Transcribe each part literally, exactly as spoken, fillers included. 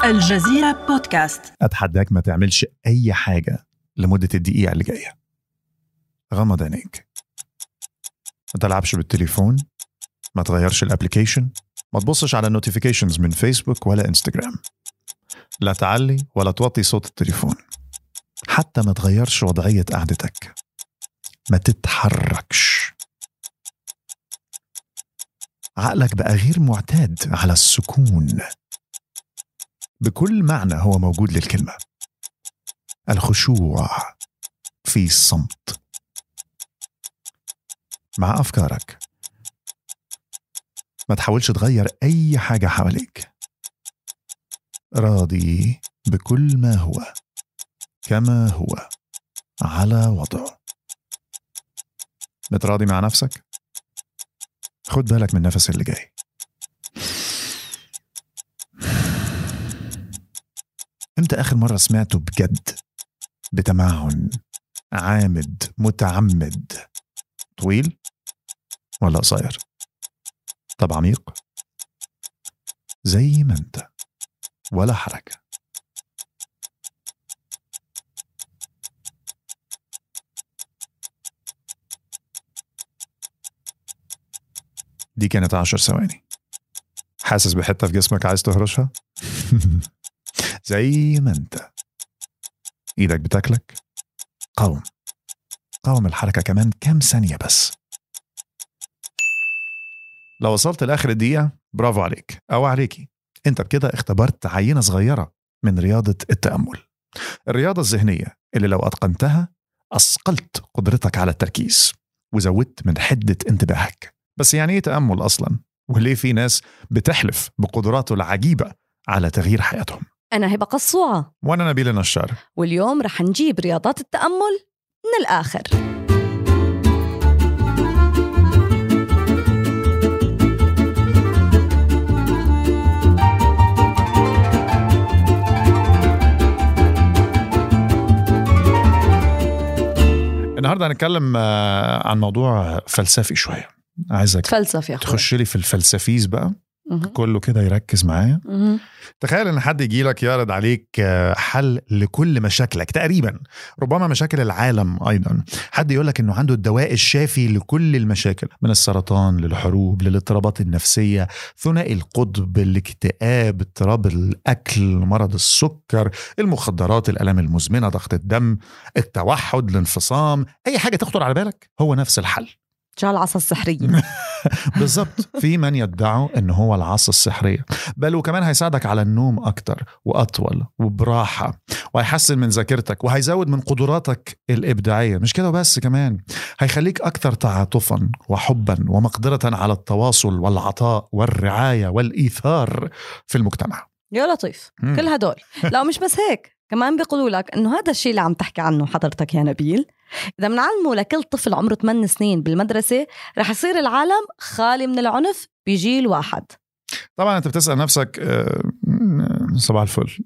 الجزيرة بودكاست. أتحداك ما تعملش أي حاجة لمدة الدقيقة اللي جاية. غمض عينيك، ما تلعبش بالتليفون، ما تغيرش الابليكيشن، ما تبصش على النوتيفيكيشنز من فيسبوك ولا انستجرام، لا تعلي ولا توطي صوت التليفون، حتى ما تغيرش وضعية قعدتك، ما تتحركش. عقلك بقى غير معتاد على السكون بكل معنى هو موجود للكلمة. الخشوع في الصمت مع أفكارك. ما تحاولش تغير أي حاجة حواليك، راضي بكل ما هو كما هو على وضعه. متراضي مع نفسك؟ خد بالك من النفس اللي جاي. امتى آخر مرة سمعته بجد، بتمعن، عامد، متعمد؟ طويل ولا قصير؟ طب عميق؟ زي ما انت، ولا حركة. دي كانت عشر ثواني. حاسس بحتة في جسمك عايز تهرشها؟ زي ما انت. ايدك بتاكلك؟ قاوم قاوم الحركة كمان كام ثانية بس. لو وصلت لآخر الدقيقة برافو عليك أو عليكي. انت بكده اختبرت عينة صغيرة من رياضة التأمل، الرياضة الذهنية اللي لو أتقنتها أثقلت قدرتك على التركيز وزودت من حدة انتباهك. بس يعني ايه تأمل أصلا؟ وليه في ناس بتحلف بقدراته العجيبة على تغيير حياتهم؟ أنا هبة قصوعة وأنا نبيل النشار، واليوم رح نجيب رياضات التأمل من الآخر. النهاردة هنتكلم عن موضوع فلسفي شوية. عايزك فلسفي تخش لي في الفلسفيز بقى. كله كده يركز معايا. تخيل ان حد يجي لك يعرض عليك حل لكل مشاكلك تقريبا، ربما مشاكل العالم ايضا. حد يقول لك انه عنده الدواء الشافي لكل المشاكل، من السرطان للحروب للاضطرابات النفسية، ثنائي القطب، الاكتئاب، اضطراب الاكل، مرض السكر، المخدرات، الالام المزمنة، ضغط الدم، التوحد، الانفصام. اي حاجة تخطر على بالك هو نفس الحل. جاء العصا السحرية. بالضبط. في من يدعوا انه هو العصا السحرية، بل وكمان هيساعدك على النوم اكتر واطول وبراحة، وهيحسن من ذاكرتك، وهيزود من قدراتك الابداعية. مش كده بس، كمان هيخليك اكثر تعاطفا وحبا ومقدرة على التواصل والعطاء والرعاية والايثار في المجتمع. يا لطيف. مم. كل هدول. لا مش بس هيك، كمان بيقولوا لك انه هذا الشيء اللي عم تحكي عنه حضرتك يا نبيل، إذا منعلمه لكل طفل عمره ثمانية سنين بالمدرسة رح يصير العالم خالي من العنف بجيل واحد. طبعا أنت بتسأل نفسك صباح الفل.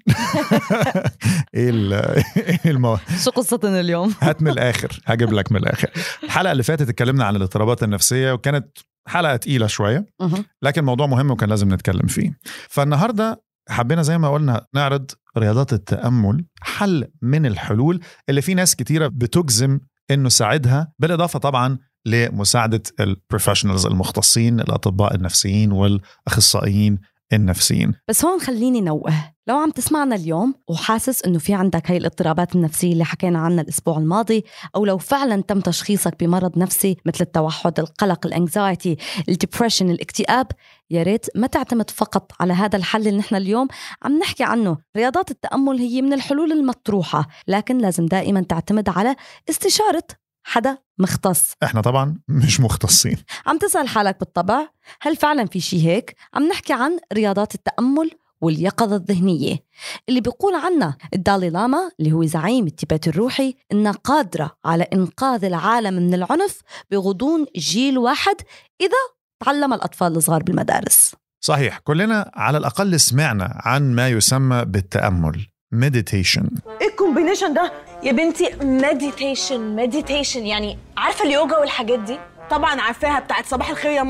إيه المو... شو قصتنا اليوم؟ هات من الآخر، هجيب لك من الآخر. الحلقة اللي فاتت اتكلمنا عن الاضطرابات النفسية وكانت حلقة تقيلة شوية، لكن موضوع مهم وكان لازم نتكلم فيه. فالنهاردة حبينا زي ما قلنا نعرض رياضات التأمل، حل من الحلول اللي في ناس كتيرة بتجزم إنه ساعدها، بالإضافة طبعا لمساعدة البروفيشنالز المختصين، الأطباء النفسيين والأخصائيين النفسيين. بس هون خليني نوه، لو عم تسمعنا اليوم وحاسس إنه في عندك هاي الاضطرابات النفسية اللي حكينا عنها الأسبوع الماضي، أو لو فعلا تم تشخيصك بمرض نفسي مثل التوحد، القلق، الانكزايتي، الديبريشن، الاكتئاب، يا ريت ما تعتمد فقط على هذا الحل اللي نحن اليوم عم نحكي عنه. رياضات التأمل هي من الحلول المطروحة، لكن لازم دائما تعتمد على استشارة حدا مختص. احنا طبعا مش مختصين. عم تسأل حالك بالطبع هل فعلا في شيء هيك؟ عم نحكي عن رياضات التأمل واليقظة الذهنية اللي بيقول عنها الدالي لاما اللي هو زعيم التبت الروحي إنها قادرة على إنقاذ العالم من العنف بغضون جيل واحد إذا تعلم الأطفال الصغار بالمدارس. صحيح، كلنا على الأقل سمعنا عن ما يسمى بالتأمل، مديتيشن. ايه الكومبينيشن ده يا بنتي؟ مديتيشن مديتيشن يعني عارفة اليوجا والحاجات دي؟ طبعا عارفاها، بتاعت صباح الخير يا مصر.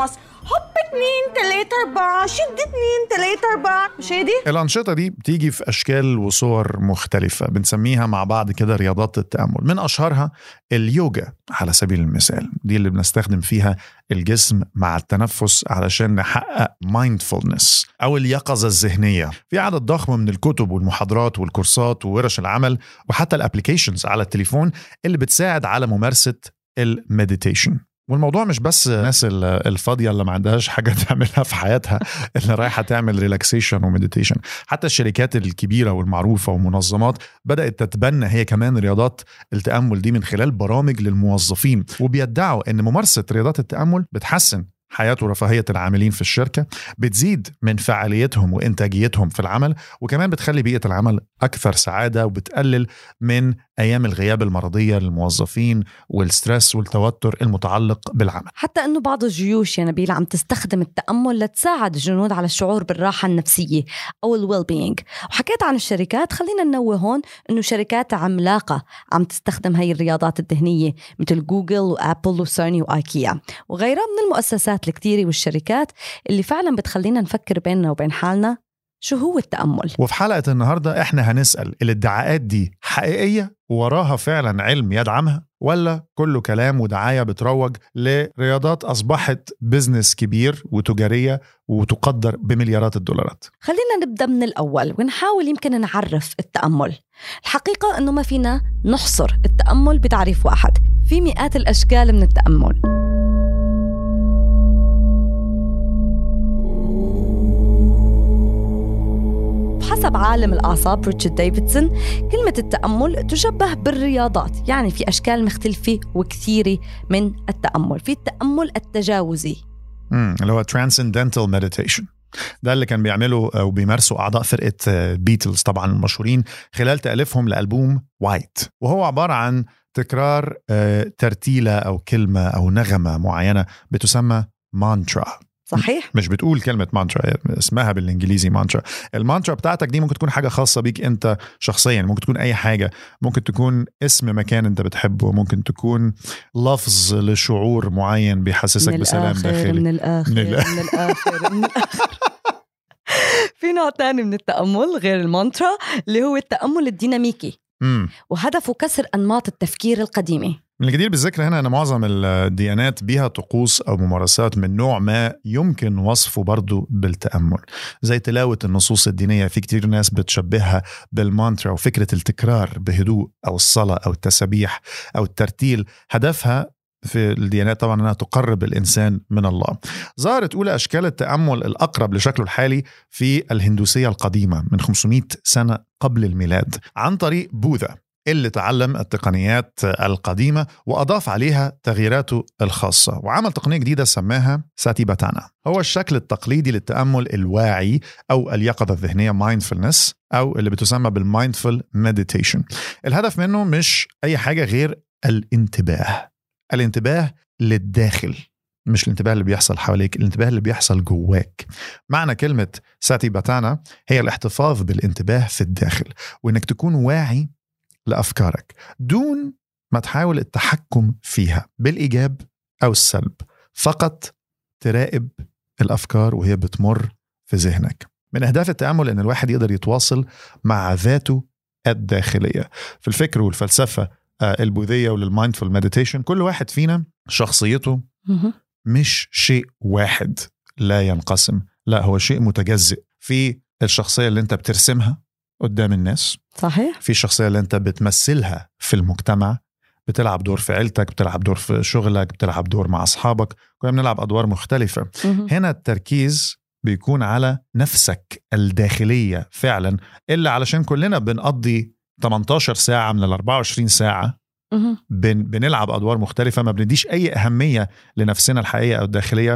هوب اتنين تلاتة أربعة، شد اتنين تلاتة أربعة، مش هي دي؟ الأنشطة دي بتيجي في أشكال وصور مختلفة، بنسميها مع بعض كده رياضات التأمل. من أشهرها اليوجا على سبيل المثال، دي اللي بنستخدم فيها الجسم مع التنفس علشان نحقق mindfulness أو اليقظة الذهنية. في عدد ضخم من الكتب والمحاضرات والكورسات وورش العمل وحتى الابليكيشنز على التليفون اللي بتساعد على ممارسة المديتيشن. والموضوع مش بس الناس الفاضية اللي ما عندهاش حاجة تعملها في حياتها اللي رايحة تعمل ريلاكسيشن ومديتيشن، حتى الشركات الكبيرة والمعروفة والمنظمات بدأت تتبنى هي كمان رياضات التأمل دي من خلال برامج للموظفين، وبيدعوا أن ممارسة رياضات التأمل بتحسن حياة ورفاهية العاملين في الشركة، بتزيد من فعاليتهم وإنتاجيتهم في العمل، وكمان بتخلي بيئة العمل أكثر سعادة، وبتقلل من أيام الغياب المرضية للموظفين والسترس والتوتر المتعلق بالعمل. حتى أنه بعض الجيوش يا نبيل عم تستخدم التأمل لتساعد الجنود على الشعور بالراحة النفسية أو الويل بينج. وحكيت عن الشركات، خلينا ننوه هون أنه شركات عملاقة عم تستخدم هاي الرياضات الذهنية مثل جوجل وآبل وسوني وآيكيا وغيرها من المؤسسات الكتيرة والشركات اللي فعلا بتخلينا نفكر بيننا وبين حالنا شو هو التأمل. وفي حلقة النهاردة احنا هنسأل الادعاءات دي حقيقية وراها فعلا علم يدعمها، ولا كله كلام ودعاية بتروج لرياضات أصبحت بزنس كبير وتجارية وتقدر بمليارات الدولارات؟ خلينا نبدأ من الأول ونحاول يمكن نعرف التأمل. الحقيقة أنه ما فينا نحصر التأمل بتعريف واحد، في مئات الأشكال من التأمل. حسب عالم الأعصاب ريتشارد ديفيدسون، كلمة التأمل تشبه بالرياضات، يعني في أشكال مختلفة وكثيرة من التأمل. في التأمل التجاوزي امم اللي هو transcendental meditation، ده اللي كان بيعمله أو بيمارسوا أعضاء فرقة بيتلز طبعا المشهورين خلال تأليفهم لألبوم وايت، وهو عبارة عن تكرار ترتيلة أو كلمة أو نغمة معينة بتسمى مانترا. صحيح، مش بتقول كلمة مانترا، اسمها بالإنجليزي مانترا. المانترا بتاعتك دي ممكن تكون حاجة خاصة بيك أنت شخصيا، ممكن تكون أي حاجة، ممكن تكون اسم مكان أنت بتحبه، ممكن تكون لفظ لشعور معين بيحسسك بسلام داخلي. من الآخر من الآخر من الآخر, من الآخر. في نوع تاني من التأمل غير المانترا اللي هو التأمل الديناميكي، مم. وهدفه كسر أنماط التفكير القديمة. من الجدير بالذكر هنا أن معظم الديانات بيها طقوس أو ممارسات من نوع ما يمكن وصفه برضو بالتأمل، زي تلاوة النصوص الدينية. في كتير ناس بتشبهها بالمانترا وفكرة التكرار بهدوء، أو الصلاة أو التسبيح أو الترتيل. هدفها في الديانات طبعا أنها تقرب الإنسان من الله. ظهرت أولى أشكال التأمل الأقرب لشكله الحالي في الهندوسية القديمة من خمسمائة سنة قبل الميلاد عن طريق بوذا، اللي تعلم التقنيات القديمة وأضاف عليها تغييراته الخاصة وعمل تقنية جديدة سماها ساتيباتانا. هو الشكل التقليدي للتأمل الواعي أو اليقظة الذهنية mindfulness، أو اللي بتسمى بالمايندفول مديتيشن. الهدف منه مش أي حاجة غير الانتباه الانتباه للداخل، مش الانتباه اللي بيحصل حواليك، الانتباه اللي بيحصل جواك. معنى كلمة ساتيباتانا هي الاحتفاظ بالانتباه في الداخل، وإنك تكون واعي لأفكارك دون ما تحاول التحكم فيها بالإيجاب أو السلب، فقط تراقب الأفكار وهي بتمر في ذهنك. من أهداف التأمل أن الواحد يقدر يتواصل مع ذاته الداخلية. في الفكر والفلسفة البوذية وللمايندفول مديتيشن، كل واحد فينا شخصيته مش شيء واحد لا ينقسم، لا هو شيء متجزئ. في الشخصية اللي انت بترسمها قدام الناس، صحيح، في الشخصية اللي انت بتمثلها في المجتمع، بتلعب دور في عيلتك، بتلعب دور في شغلك، بتلعب دور مع أصحابك، كلنا بنلعب أدوار مختلفة. هنا التركيز بيكون على نفسك الداخلية فعلا، إلا علشان كلنا بنقضي ثمانية عشر ساعة من الأربعة وعشرين ساعة بن بنلعب أدوار مختلفة، ما بنديش أي أهمية لنفسنا الحقيقية أو الداخلية.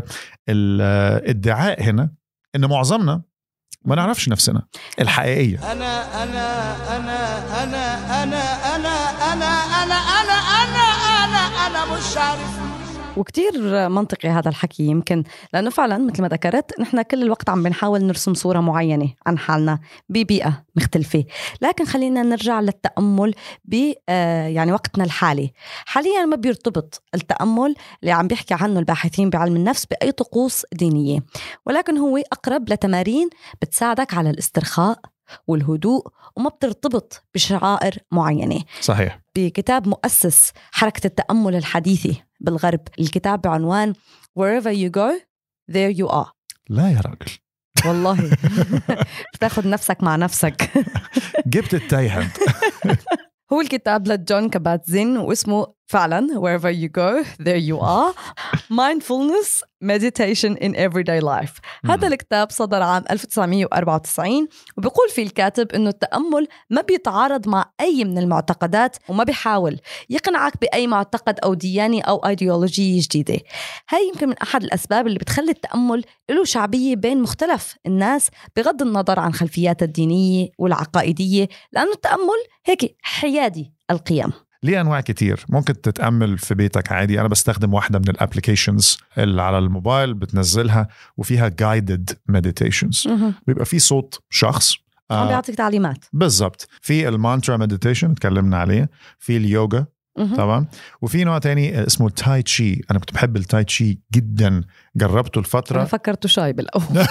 الادعاء هنا إن معظمنا ما نعرفش نفسنا الحقيقية. أنا أنا أنا أنا أنا أنا أنا أنا أنا أنا أنا أنا مش عارف وكتير منطقي هذا الحكي، يمكن لأنه فعلا مثل ما ذكرت نحن كل الوقت عم بنحاول نرسم صورة معينة عن حالنا ببيئة مختلفة. لكن خلينا نرجع للتأمل ب يعني وقتنا الحالي. حاليا ما بيرتبط التأمل اللي عم بيحكي عنه الباحثين بعلم النفس بأي طقوس دينية، ولكن هو أقرب لتمارين بتساعدك على الاسترخاء والهدوء وما بترتبط بشعائر معينة. صحيح. بكتاب مؤسس حركة التأمل الحديثي بالغرب، الكتاب بعنوان Wherever you go there you are. لا يا راجل والله بتاخد نفسك مع نفسك. جبت التايهنت. هو الكتاب لجون كابات-زين واسمه فعلا Wherever you go there you are Mindfulness Meditation in Everyday Life. هذا الكتاب صدر عام ألف وتسعمية وأربعة وتسعين، وبيقول فيه الكاتب إنه التأمل ما بيتعارض مع أي من المعتقدات وما بيحاول يقنعك بأي معتقد أو دياني أو أيديولوجية جديدة. هاي يمكن من أحد الأسباب اللي بتخلي التأمل له شعبية بين مختلف الناس بغض النظر عن خلفيات الدينية والعقائدية، لأنه التأمل هيك حيادي القيم. ليه أنواع كتير. ممكن تتأمل في بيتك عادي. أنا بستخدم واحدة من الابليكيشنز اللي على الموبايل بتنزلها وفيها guided meditations. بيبقى في صوت شخص عم آه بيعطيك تعليمات. بالضبط. في المانترا مديتيشن تكلمنا عليه، في اليوغا طبعا، وفي نوع تاني اسمه تاي تشي. أنا كنت بحب التاي تشي جدا، جربته الفترة. أنا فكرته شاي بالأول.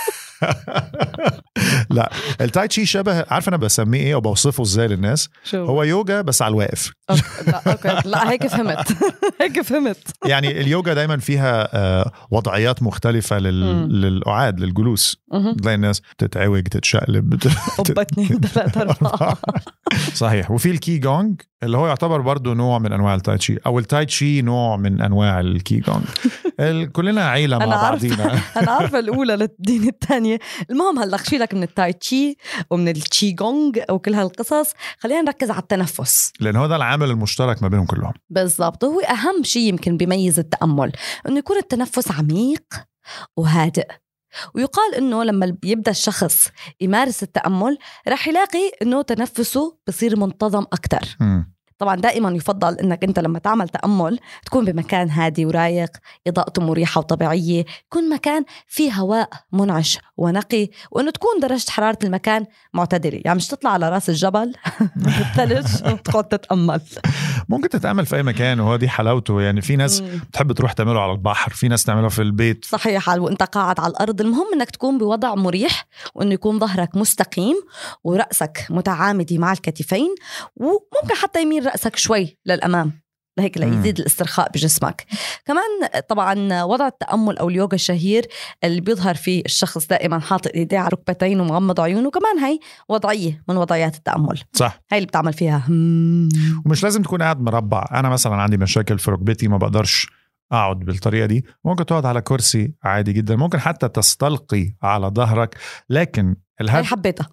لا التاي تشي شبه، عارف أنا بسميه إيه أو بوصفه إزاي للناس؟ شو؟ هو يوغا بس على الواقف. أوكي. لا أوكي. لا هيك فهمت. هيك فهمت. يعني اليوغا دايما فيها وضعيات مختلفة لل... للقعاد للجلوس. تلاقي الناس تتعوج تتشقلب قبتني ثلاثة أربعة. صحيح. وفي الكي جونغ اللي هو يعتبر برضو نوع من أنواع التاي تشي، أو التاي تشي نوع من أنواع الكي جونغ. كلنا عيلة مع بعضينا. أنا عارفة الأولى للدين الثانية. المهم هلا خشيلك من التاي تشي ومن التشي جونغ وكل هالقصص، خلينا نركز على التنفس، لأن هو ده العامل المشترك ما بينهم كلهم. بالضبط. هو أهم شيء يمكن بيميز التأمل إنه يكون التنفس عميق وهادئ. ويقال إنه لما يبدأ الشخص يمارس التأمل رح يلاقي إنه تنفسه بصير منتظم أكتر. م. طبعا دائما يفضل انك انت لما تعمل تأمل تكون بمكان هادي ورايق، اضاءته مريحة وطبيعية، يكون مكان فيه هواء منعش ونقي، وانه تكون درجة حرارة المكان معتدلة. يعني مش تطلع على راس الجبل بالثلج وتقعد تتأمل. ممكن تتأمل في اي مكان، وهو دي حلاوته. يعني في ناس بتحب تروح تعمله على البحر، في ناس تعمله في البيت. صحيح. وانت قاعد على الارض، المهم انك تكون بوضع مريح، وانه يكون ظهرك مستقيم ورأسك متعامدي مع الكتفين، وممكن حتى يميل رأسك شوي للأمام لهيك ليزيد الاسترخاء بجسمك. كمان طبعا وضع التأمل أو اليوغا الشهير اللي بيظهر فيه الشخص دائما حاطط ايديه على ركبتين ومغمض عيونه، كمان هي وضعية من وضعيات التأمل. صح. هي اللي بتعمل فيها ومش لازم تكون قاعد مربع. أنا مثلا عندي مشاكل في ركبتي، ما بقدرش أقعد بالطريقة دي. ممكن تقعد على كرسي عادي جدا، ممكن حتى تستلقي على ظهرك. لكن الهد... حبيتها.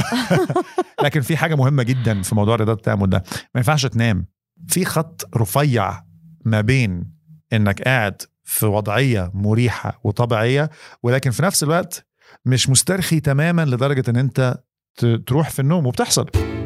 لكن في حاجة مهمة جدا في موضوع رياضة التأمل ده، ما ينفعش تنام. في خط رفيع ما بين انك قاعد في وضعية مريحة وطبيعية، ولكن في نفس الوقت مش مسترخي تماما لدرجة ان انت تروح في النوم، وبتحصل.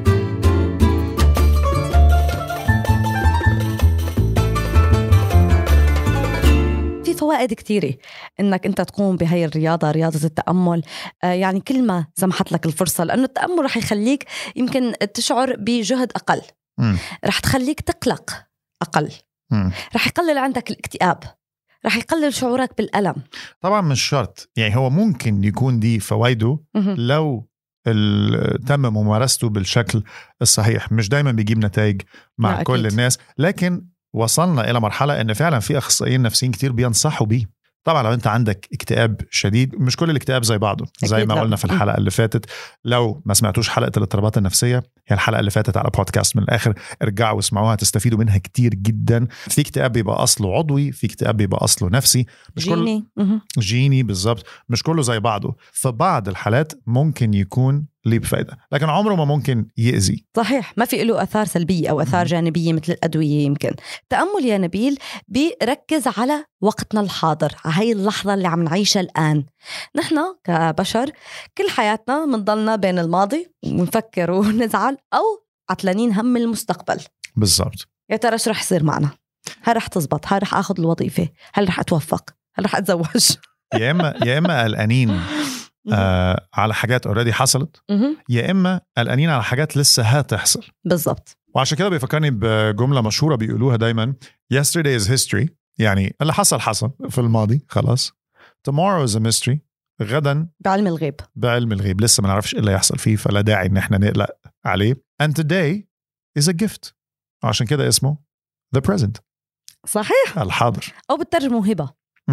فوائد كتيرة إنك أنت تقوم بهاي الرياضة، رياضة التأمل. آه يعني كل ما سمحت لك الفرصة، لأنه التأمل رح يخليك يمكن تشعر بجهد أقل، م. رح تخليك تقلق أقل، م. رح يقلل عندك الاكتئاب، رح يقلل شعورك بالألم. طبعا مش شرط، يعني هو ممكن يكون دي فوائده لو تم ممارسته بالشكل الصحيح. مش دايما بيجيب نتائج مع كل أكيد. الناس، لكن وصلنا إلى مرحلة إن فعلا في أخصائيين نفسيين كتير بينصحوا بيه. طبعا لو أنت عندك اكتئاب شديد، مش كل الاكتئاب زي بعضه، زي ما قلنا في الحلقة اللي فاتت. لو ما سمعتوش حلقة الاضطرابات النفسية، هي الحلقة اللي فاتت على بودكاست من الآخر، ارجعوا واسمعوها، تستفيدوا منها كتير جدا. في اكتئاب بيبقى أصله عضوي، في اكتئاب بيبقى أصله نفسي. مش جيني كل... جيني بالضبط. مش كله زي بعضه. في بعض الحالات ممكن يكون ليه بفايدة، لكن عمره ما ممكن يأذي. صحيح. ما في له أثار سلبية أو أثار جانبية مثل الأدوية. يمكن تأمل يا نبيل بيركز على وقتنا الحاضر، على هاي اللحظة اللي عم نعيشها الآن. نحن كبشر كل حياتنا منضلنا بين الماضي ونفكر ونزعل، أو عطلانين هم المستقبل. بالضبط. يا ترى شو رح يصير معنا؟ هل رح تزبط، هل رح أخذ الوظيفة، هل رح أتوفق، هل رح أتزوج. يا إما يا إما قلقانين آه على حاجات اوريدي حصلت، يا إما قلقانين على حاجات لسه هتحصل. بالضبط. وعشان كده بيفكرني بجملة مشهورة بيقولوها دايما: yesterday is history، يعني اللي حصل حصل في الماضي خلاص. tomorrow is a mystery، غدا بعلم الغيب بعلم الغيب لسه ما نعرفش إيه اللي يحصل فيه، فلا داعي إن احنا نقلق عليه. and today is a gift، عشان كده اسمه the present. صحيح. الحاضر، أو بالترجمة هبة.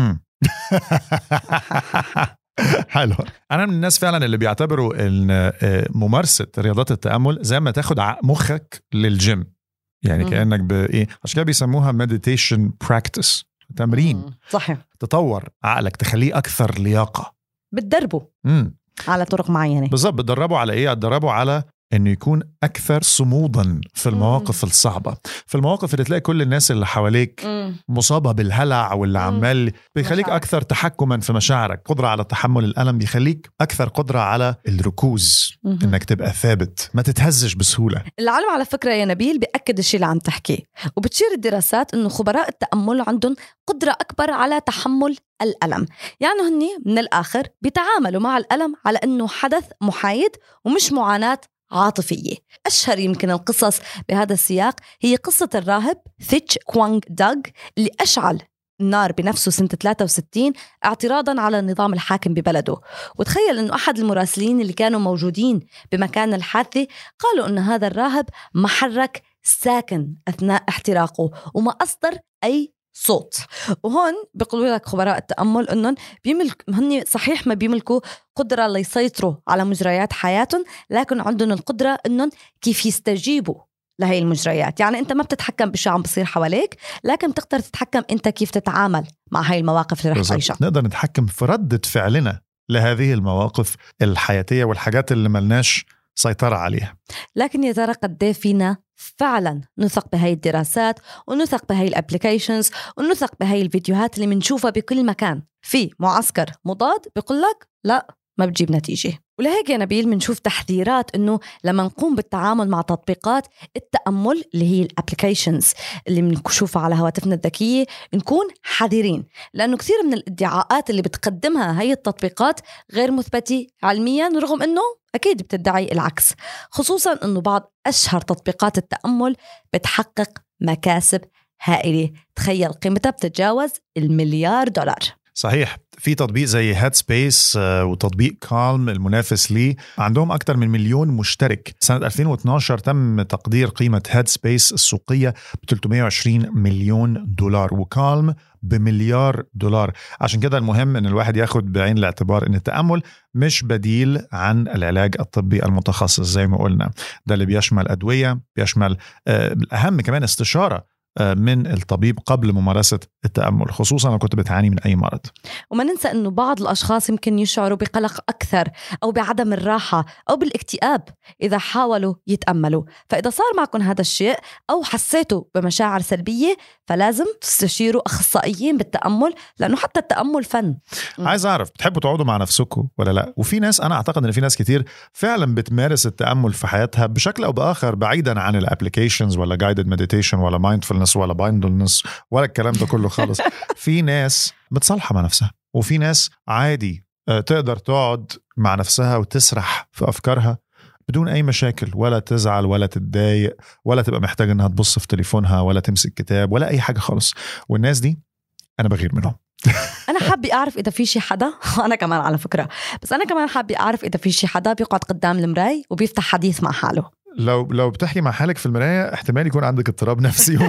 حلو. أنا من الناس فعلا اللي بيعتبروا إن ممارسة رياضات التأمل زي ما تاخد مخك للجيم، يعني كأنك بإيه، عشان كده بيسموها meditation practice، تمرين. صحيح. تطور عقلك، تخليه أكثر لياقة، بتدربه مم. على طرق معينة. بالضبط. بتدربه على إيه؟ بتدربه على إنه يكون أكثر صمودا في المواقف مم. الصعبة، في المواقف اللي تلاقي كل الناس اللي حواليك مم. مصابة بالهلع واللي عمال، بيخليك مشاعر. أكثر تحكما في مشاعرك، قدرة على تحمل الألم، بيخليك أكثر قدرة على الركوز، مم. إنك تبقى ثابت، ما تتهزش بسهولة. العلم على فكرة يا نبيل بيأكد الشيء اللي عم تحكيه، وبتشير الدراسات إنه خبراء التأمل عندهم قدرة أكبر على تحمل الألم. يعني هني من الآخر بيتعاملوا مع الألم على إنه حدث محايد ومش معاناة عاطفية. أشهر يمكن القصص بهذا السياق هي قصة الراهب ثيتش كوانغ داغ اللي أشعل النار بنفسه سنة ثلاثة وستين اعتراضاً على النظام الحاكم ببلده. وتخيل أنه أحد المراسلين اللي كانوا موجودين بمكان الحادثة قالوا أن هذا الراهب ما حرك ساكن أثناء احتراقه وما أصدر أي صوت. وهون بيقولوا لك خبراء التأمل أنهم بيملك هن صحيح ما بيملكوا قدرة ليسيطروا على مجريات حياتهم، لكن عندهم القدرة أنهم كيف يستجيبوا لهي المجريات. يعني أنت ما بتتحكم بشو عم بصير حواليك، لكن بتقدر تتحكم أنت كيف تتعامل مع هاي المواقف اللي رح تعيشها. نقدر نتحكم في ردة فعلنا لهذه المواقف الحياتية والحاجات اللي ملناش سيطرة عليها. لكن يا ترى قد ايه فينا فعلا نثق بهاي الدراسات ونثق بهاي الابليكيشنز ونثق بهاي الفيديوهات اللي منشوفها بكل مكان؟ في معسكر مضاد بيقول لك لا، ما بتجيب نتيجة. ولهيك يا نبيل منشوف تحذيرات إنه لما نقوم بالتعامل مع تطبيقات التأمل اللي هي الابليكيشنز اللي بنشوفها على هواتفنا الذكية نكون حذرين، لأنه كثير من الادعاءات اللي بتقدمها هاي التطبيقات غير مثبتة علميا، رغم إنه أكيد بتدعي العكس، خصوصا إنه بعض أشهر تطبيقات التأمل بتحقق مكاسب هائلة. تخيل قيمتها بتتجاوز المليار دولار. صحيح. في تطبيق زي هيد سبيس وتطبيق كالم المنافس ليه عندهم أكثر من مليون مشترك. سنة ألفين واثناشر تم تقدير قيمة هيد سبيس السوقية ب ثلاثمية وعشرين مليون دولار وكالم بمليار دولار. عشان كده المهم أن الواحد ياخد بعين الاعتبار أن التأمل مش بديل عن العلاج الطبي المتخصص زي ما قلنا، ده اللي بيشمل أدوية، بيشمل الأهم كمان استشارة من الطبيب قبل ممارسة التأمل، خصوصا لو كنت بتعاني من أي مرض. وما ننسى أنه بعض الأشخاص يمكن يشعروا بقلق أكثر أو بعدم الراحة أو بالاكتئاب إذا حاولوا يتأملوا. فإذا صار معكم هذا الشيء أو حسيتوا بمشاعر سلبية فلازم تستشيروا أخصائيين بالتأمل، لأنه حتى التأمل فن. عايز أعرف بتحبوا تقعدوا مع نفسكم ولا لا؟ وفي ناس، أنا أعتقد أن في ناس كتير فعلا بتمارس التأمل في حياتها بشكل أو بآخر، بعيدا عن الابليكيشنز ولا guided meditation ولا mindfulness ولا بايندلنس ولا الكلام ده كله خالص. في ناس متصالحة مع نفسها، وفي ناس عادي تقدر تقعد مع نفسها وتسرح في أفكارها بدون أي مشاكل، ولا تزعل ولا تتضايق ولا تبقى محتاجة أنها تبص في تليفونها ولا تمسك كتاب ولا أي حاجة خالص. والناس دي أنا بغير منهم. أنا حابة أعرف إذا في شي حدا أنا كمان على فكرة بس أنا كمان حابة أعرف إذا في شي حدا بيقعد قدام المراية وبيفتح حديث مع حاله. لو لو بتحكي مع حالك في المراية احتمال يكون عندك اضطراب نفسي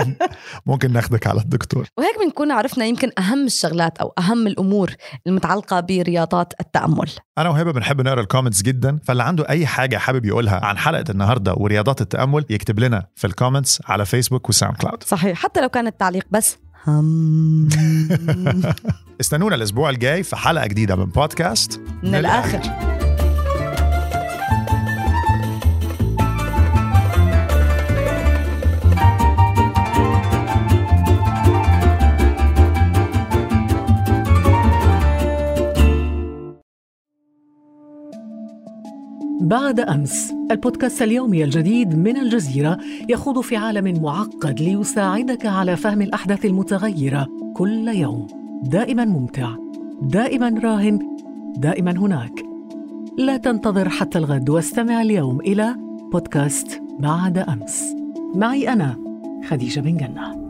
وممكن ناخدك على الدكتور. وهيك بنكون عرفنا يمكن أهم الشغلات أو أهم الأمور المتعلقة برياضات التأمل. أنا وهبة بنحب نقرأ الكومنتس جدا، فاللي عنده أي حاجة حابب يقولها عن حلقة النهاردة ورياضات التأمل يكتب لنا في الكومنتس على فيسبوك وساوند كلاود. صحيح، حتى لو كان التعليق بس هم. استنونا الأسبوع الجاي في حلقة جديدة من بودكاست من, من الآخر, الآخر. بعد أمس، البودكاست اليومي الجديد من الجزيرة يخوض في عالم معقد ليساعدك على فهم الأحداث المتغيرة كل يوم. دائما ممتع، دائما راهن، دائما هناك. لا تنتظر حتى الغد واستمع اليوم إلى بودكاست بعد أمس. معي أنا خديجة بن جنة.